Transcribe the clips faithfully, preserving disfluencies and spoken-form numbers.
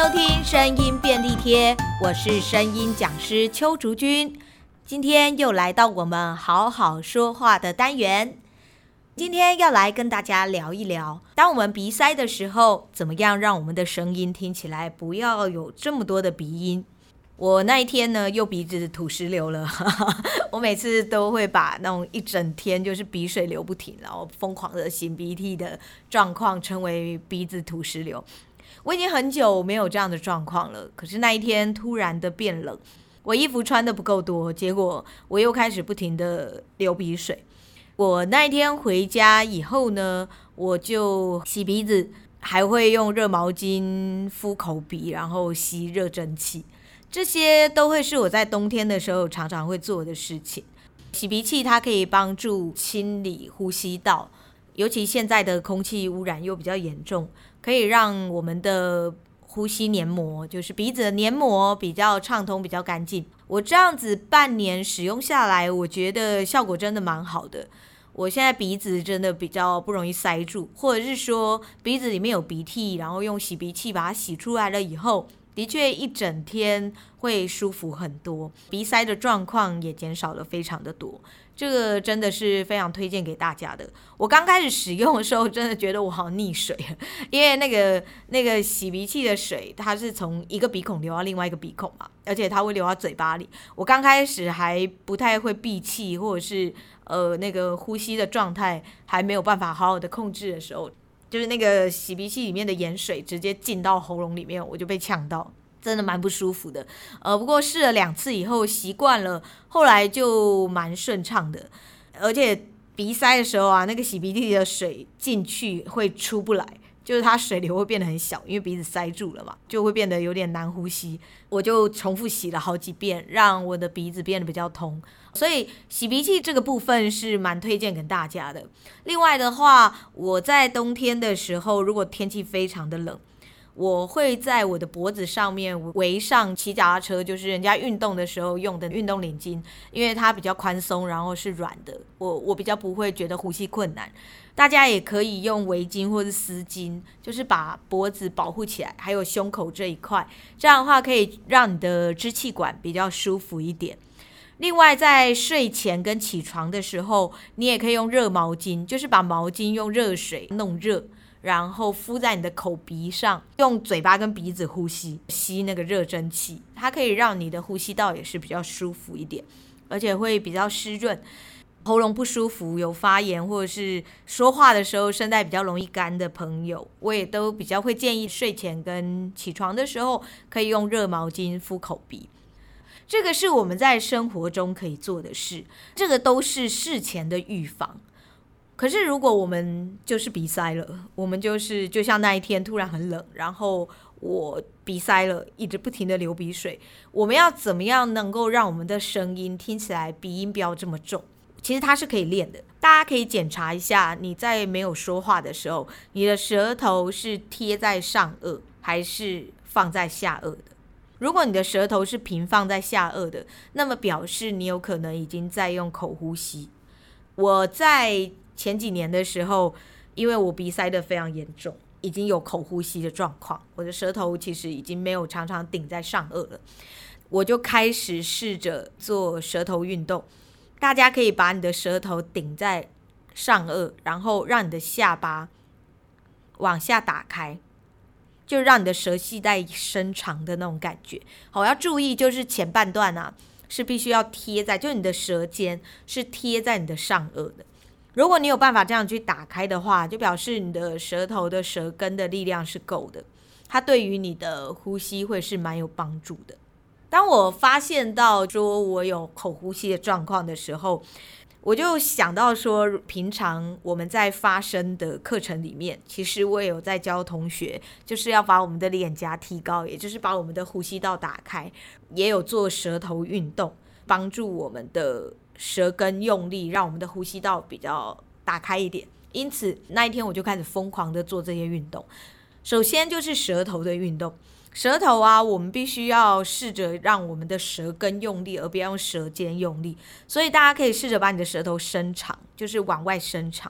收听声音便利贴，我是声音讲师邱竹君。今天又来到我们好好说话的单元，今天要来跟大家聊一聊，当我们鼻塞的时候，怎么样让我们的声音听起来不要有这么多的鼻音。我那一天呢，又鼻子吐石流了我每次都会把那种一整天就是鼻水流不停，然后疯狂的擤鼻涕的状况称为鼻子吐石流。我已经很久没有这样的状况了，可是那一天突然的变冷，我衣服穿的不够多，结果我又开始不停的流鼻水。我那一天回家以后呢，我就洗鼻子，还会用热毛巾敷口鼻，然后吸热蒸汽。这些都会是我在冬天的时候常常会做的事情。洗鼻器它可以帮助清理呼吸道，尤其现在的空气污染又比较严重，可以让我们的呼吸黏膜，就是鼻子的黏膜比较畅通，比较干净。我这样子半年使用下来，我觉得效果真的蛮好的。我现在鼻子真的比较不容易塞住，或者是说鼻子里面有鼻涕，然后用洗鼻器把它洗出来了以后，的确一整天会舒服很多，鼻塞的状况也减少了非常的多。这个真的是非常推荐给大家的。我刚开始使用的时候真的觉得我好溺水，因为那个那个洗鼻器的水它是从一个鼻孔流到另外一个鼻孔嘛，而且它会流到嘴巴里。我刚开始还不太会闭气，或者是呃那个呼吸的状态还没有办法好好的控制的时候，就是那个洗鼻器里面的盐水直接进到喉咙里面，我就被呛到，真的蛮不舒服的。呃，不过试了两次以后习惯了，后来就蛮顺畅的。而且鼻塞的时候啊，那个洗鼻涕的水进去会出不来，就是它水流会变得很小，因为鼻子塞住了嘛，就会变得有点难呼吸。我就重复洗了好几遍，让我的鼻子变得比较通。所以洗鼻器这个部分是蛮推荐给大家的。另外的话，我在冬天的时候，如果天气非常的冷，我会在我的脖子上面围上骑脚踏车，就是人家运动的时候用的运动领巾，因为它比较宽松，然后是软的，我我比较不会觉得呼吸困难。大家也可以用围巾或是丝巾，就是把脖子保护起来，还有胸口这一块，这样的话可以让你的支气管比较舒服一点。另外在睡前跟起床的时候，你也可以用热毛巾，就是把毛巾用热水弄热，然后敷在你的口鼻上，用嘴巴跟鼻子呼吸，吸那个热蒸汽，它可以让你的呼吸道也是比较舒服一点，而且会比较湿润。喉咙不舒服、有发炎，或者是说话的时候声带比较容易干的朋友，我也都比较会建议睡前跟起床的时候可以用热毛巾敷口鼻。这个是我们在生活中可以做的事，这个都是事前的预防。可是如果我们就是鼻塞了，我们就是就像那一天突然很冷，然后我鼻塞了，一直不停的流鼻水，我们要怎么样能够让我们的声音听起来鼻音不要这么重？其实它是可以练的，大家可以检查一下，你在没有说话的时候，你的舌头是贴在上颚还是放在下颚的。如果你的舌头是平放在下颚的，那么表示你有可能已经在用口呼吸。我在前几年的时候，因为我鼻塞得非常严重，已经有口呼吸的状况，我的舌头其实已经没有常常顶在上颚了，我就开始试着做舌头运动。大家可以把你的舌头顶在上颚，然后让你的下巴往下打开，就让你的舌系带伸长的那种感觉。好，要注意就是前半段啊是必须要贴在，就你的舌尖是贴在你的上颚的。如果你有办法这样去打开的话，就表示你的舌头的舌根的力量是够的，它对于你的呼吸会是蛮有帮助的。当我发现到说我有口呼吸的状况的时候，我就想到说，平常我们在发声的课程里面，其实我也有在教同学，就是要把我们的脸颊提高，也就是把我们的呼吸道打开，也有做舌头运动，帮助我们的舌根用力，让我们的呼吸道比较打开一点。因此那一天我就开始疯狂的做这些运动。首先就是舌头的运动，舌头啊，我们必须要试着让我们的舌根用力，而不要用舌尖用力。所以大家可以试着把你的舌头伸长，就是往外伸长。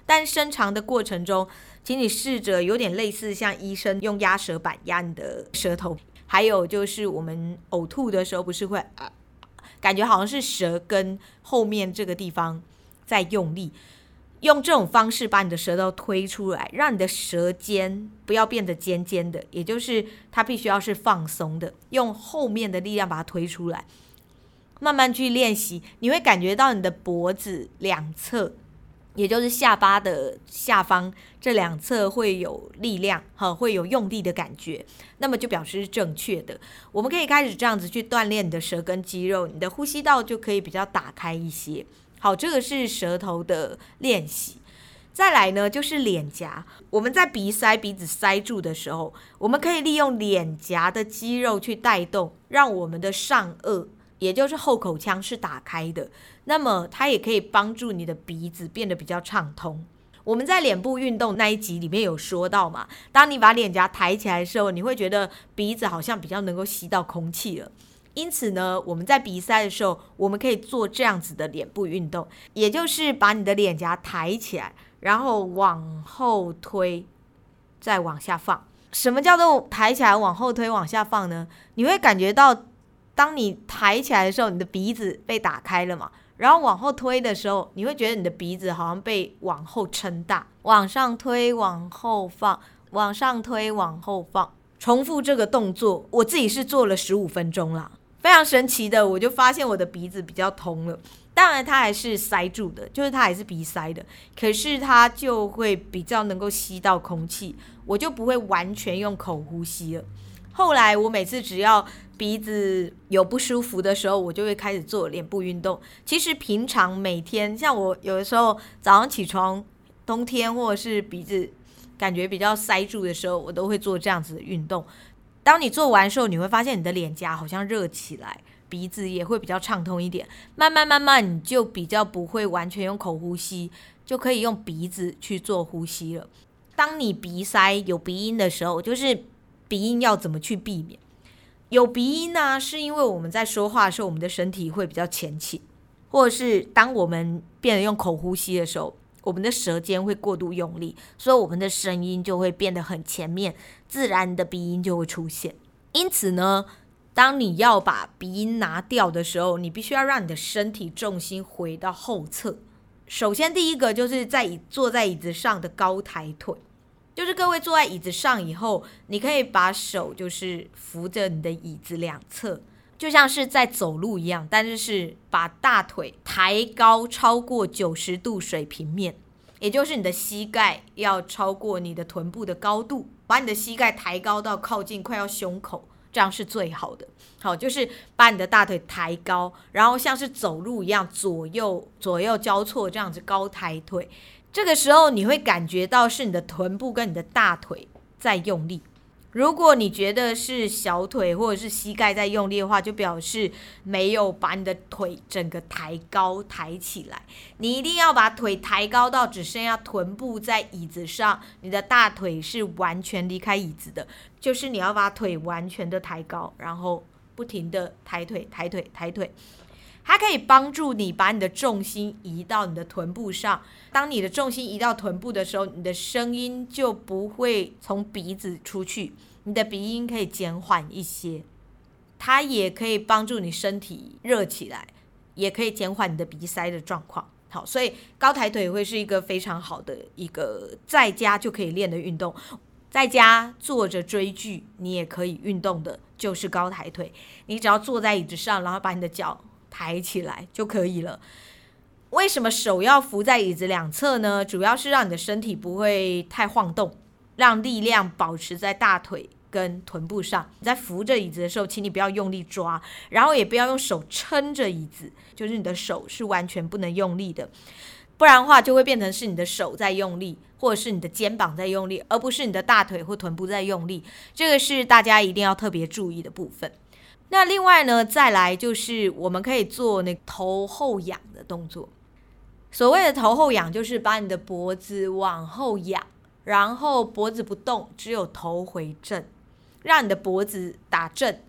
但伸长的过程中，请你试着有点类似像医生用压舌板压你的舌头，还有就是我们呕吐的时候不是会、呃、感觉好像是舌根后面这个地方在用力，用这种方式把你的舌头推出来，让你的舌尖不要变得尖尖的，也就是它必须要是放松的，用后面的力量把它推出来。慢慢去练习，你会感觉到你的脖子两侧，也就是下巴的下方这两侧会有力量，会有用力的感觉，那么就表示是正确的。我们可以开始这样子去锻炼你的舌根肌肉，你的呼吸道就可以比较打开一些。好，这个是舌头的练习。再来呢，就是脸颊。我们在鼻塞、鼻子塞住的时候，我们可以利用脸颊的肌肉去带动，让我们的上颚，也就是后口腔是打开的，那么它也可以帮助你的鼻子变得比较畅通。我们在脸部运动那一集里面有说到嘛，当你把脸颊抬起来的时候，你会觉得鼻子好像比较能够吸到空气了。因此呢，我们在鼻塞的时候，我们可以做这样子的脸部运动，也就是把你的脸颊抬起来，然后往后推，再往下放。什么叫做抬起来往后推往下放呢？你会感觉到当你抬起来的时候，你的鼻子被打开了嘛，然后往后推的时候，你会觉得你的鼻子好像被往后撑大，往上推往后放，往上推往后放，重复这个动作，我自己是做了十五分钟啦。非常神奇的，我就发现我的鼻子比较通了。当然它还是塞住的，就是它还是鼻塞的，可是它就会比较能够吸到空气，我就不会完全用口呼吸了。后来我每次只要鼻子有不舒服的时候，我就会开始做脸部运动。其实平常每天，像我有的时候早上起床，冬天或者是鼻子感觉比较塞住的时候，我都会做这样子的运动。当你做完的时候，你会发现你的脸颊好像热起来，鼻子也会比较畅通一点。慢慢慢慢，你就比较不会完全用口呼吸，就可以用鼻子去做呼吸了。当你鼻塞有鼻音的时候，就是鼻音要怎么去避免？有鼻音呢、啊，是因为我们在说话的时候，我们的身体会比较前倾，或者是当我们变得用口呼吸的时候，我们的舌尖会过度用力，所以我们的声音就会变得很前面，自然的鼻音就会出现。因此呢，当你要把鼻音拿掉的时候，你必须要让你的身体重心回到后侧。首先第一个就是在坐在椅子上的高抬腿，就是各位坐在椅子上以后，你可以把手就是扶着你的椅子两侧，就像是在走路一样，但是是把大腿抬高超过九十度水平面，也就是你的膝盖要超过你的臀部的高度，把你的膝盖抬高到靠近快要胸口，这样是最好的。好，就是把你的大腿抬高，然后像是走路一样左右左右交错，这样子高抬腿。这个时候你会感觉到是你的臀部跟你的大腿在用力。如果你觉得是小腿或者是膝盖在用力的话，就表示没有把你的腿整个抬高抬起来。你一定要把腿抬高到只剩下臀部在椅子上，你的大腿是完全离开椅子的，就是你要把腿完全的抬高，然后不停的抬腿抬腿抬腿。它可以帮助你把你的重心移到你的臀部上。当你的重心移到臀部的时候，你的声音就不会从鼻子出去，你的鼻音可以减缓一些。它也可以帮助你身体热起来，也可以减缓你的鼻塞的状况。好，所以高抬腿会是一个非常好的一个在家就可以练的运动。在家坐着追剧你也可以运动的就是高抬腿。你只要坐在椅子上，然后把你的脚抬起来就可以了。为什么手要扶在椅子两侧呢？主要是让你的身体不会太晃动，让力量保持在大腿跟臀部上。你在扶着椅子的时候，请你不要用力抓，然后也不要用手撑着椅子，就是你的手是完全不能用力的，不然的话就会变成是你的手在用力，或者是你的肩膀在用力，而不是你的大腿或臀部在用力。这个是大家一定要特别注意的部分。那另外呢，再来就是我们可以做那头后仰的动作。所谓的头后仰，就是把你的脖子往后仰，然后脖子不动，只有头回正，让你的脖子打正。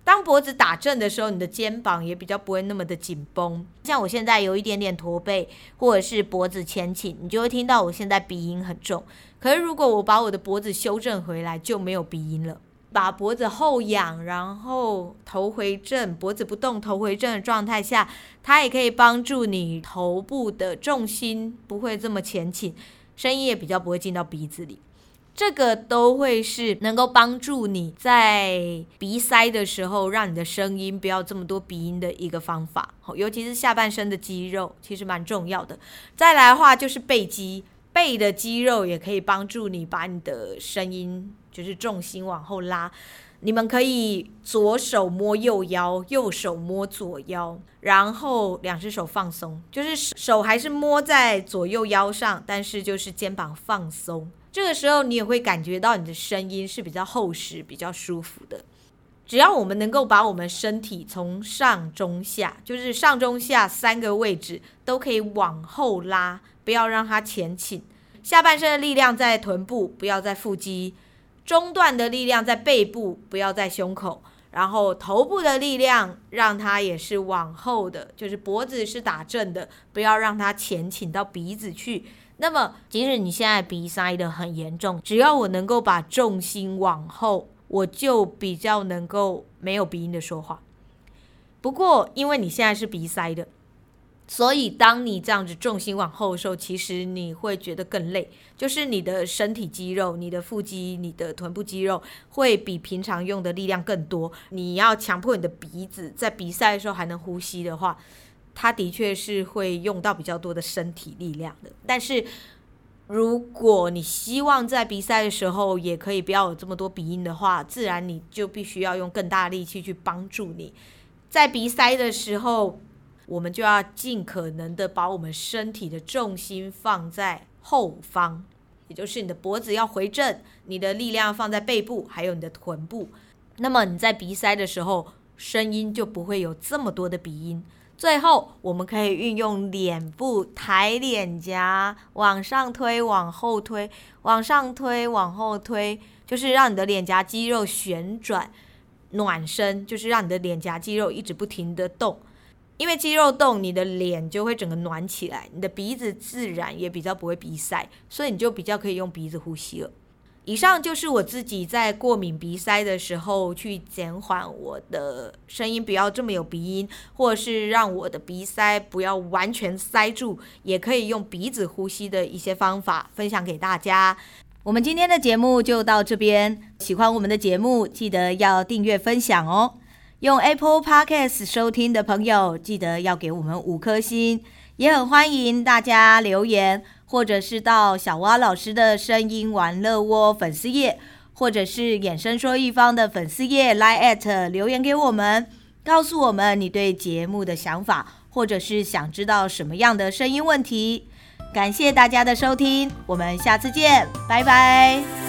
当脖子打正的时候，你的肩膀也比较不会那么的紧绷。像我现在有一点点驼背，或者是脖子前倾，你就会听到我现在鼻音很重。可是如果我把我的脖子修正回来，就没有鼻音了。把脖子后仰，然后头回正，脖子不动，头回正的状态下，它也可以帮助你头部的重心不会这么前倾，声音也比较不会进到鼻子里。这个都会是能够帮助你在鼻塞的时候，让你的声音不要这么多鼻音的一个方法，尤其是下半身的肌肉，其实蛮重要的。再来的话就是背肌，背的肌肉也可以帮助你把你的声音就是重心往后拉。你们可以左手摸右腰，右手摸左腰，然后两只手放松，就是手还是摸在左右腰上，但是就是肩膀放松。这个时候你也会感觉到你的声音是比较厚实、比较舒服的。只要我们能够把我们身体从上中下，就是上中下三个位置都可以往后拉，不要让它前倾。下半身的力量在臀部，不要在腹肌；中段的力量在背部，不要在胸口。然后头部的力量让它也是往后的，就是脖子是打正的，不要让它前倾到鼻子去。那么即使你现在鼻塞的很严重，只要我能够把重心往后，我就比较能够没有鼻音的说话。不过因为你现在是鼻塞的，所以当你这样子重心往后的时候，其实你会觉得更累，就是你的身体肌肉、你的腹肌、你的臀部肌肉会比平常用的力量更多。你要强迫你的鼻子在鼻塞的时候还能呼吸的话，它的确是会用到比较多的身体力量的。但是如果你希望在鼻塞的时候也可以不要有这么多鼻音的话，自然你就必须要用更大力气去帮助你。在鼻塞的时候，我们就要尽可能的把我们身体的重心放在后方，也就是你的脖子要回正，你的力量放在背部还有你的臀部。那么你在鼻塞的时候，声音就不会有这么多的鼻音。最后我们可以运用脸部抬脸颊，往上推往后推，往上推往后推，就是让你的脸颊肌肉旋转暖身，就是让你的脸颊肌肉一直不停的动。因为肌肉动，你的脸就会整个暖起来，你的鼻子自然也比较不会鼻塞，所以你就比较可以用鼻子呼吸了。以上就是我自己在过敏鼻塞的时候去减缓我的声音不要这么有鼻音，或者是让我的鼻塞不要完全塞住，也可以用鼻子呼吸的一些方法分享给大家。我们今天的节目就到这边，喜欢我们的节目记得要订阅分享哦。用 Apple Podcast 收听的朋友记得要给我们五颗星，也很欢迎大家留言，或者是到小蛙老师的声音玩乐窝粉丝页，或者是衍生说一方的粉丝页 Line at 留言给我们，告诉我们你对节目的想法，或者是想知道什么样的声音问题。感谢大家的收听，我们下次见，拜拜。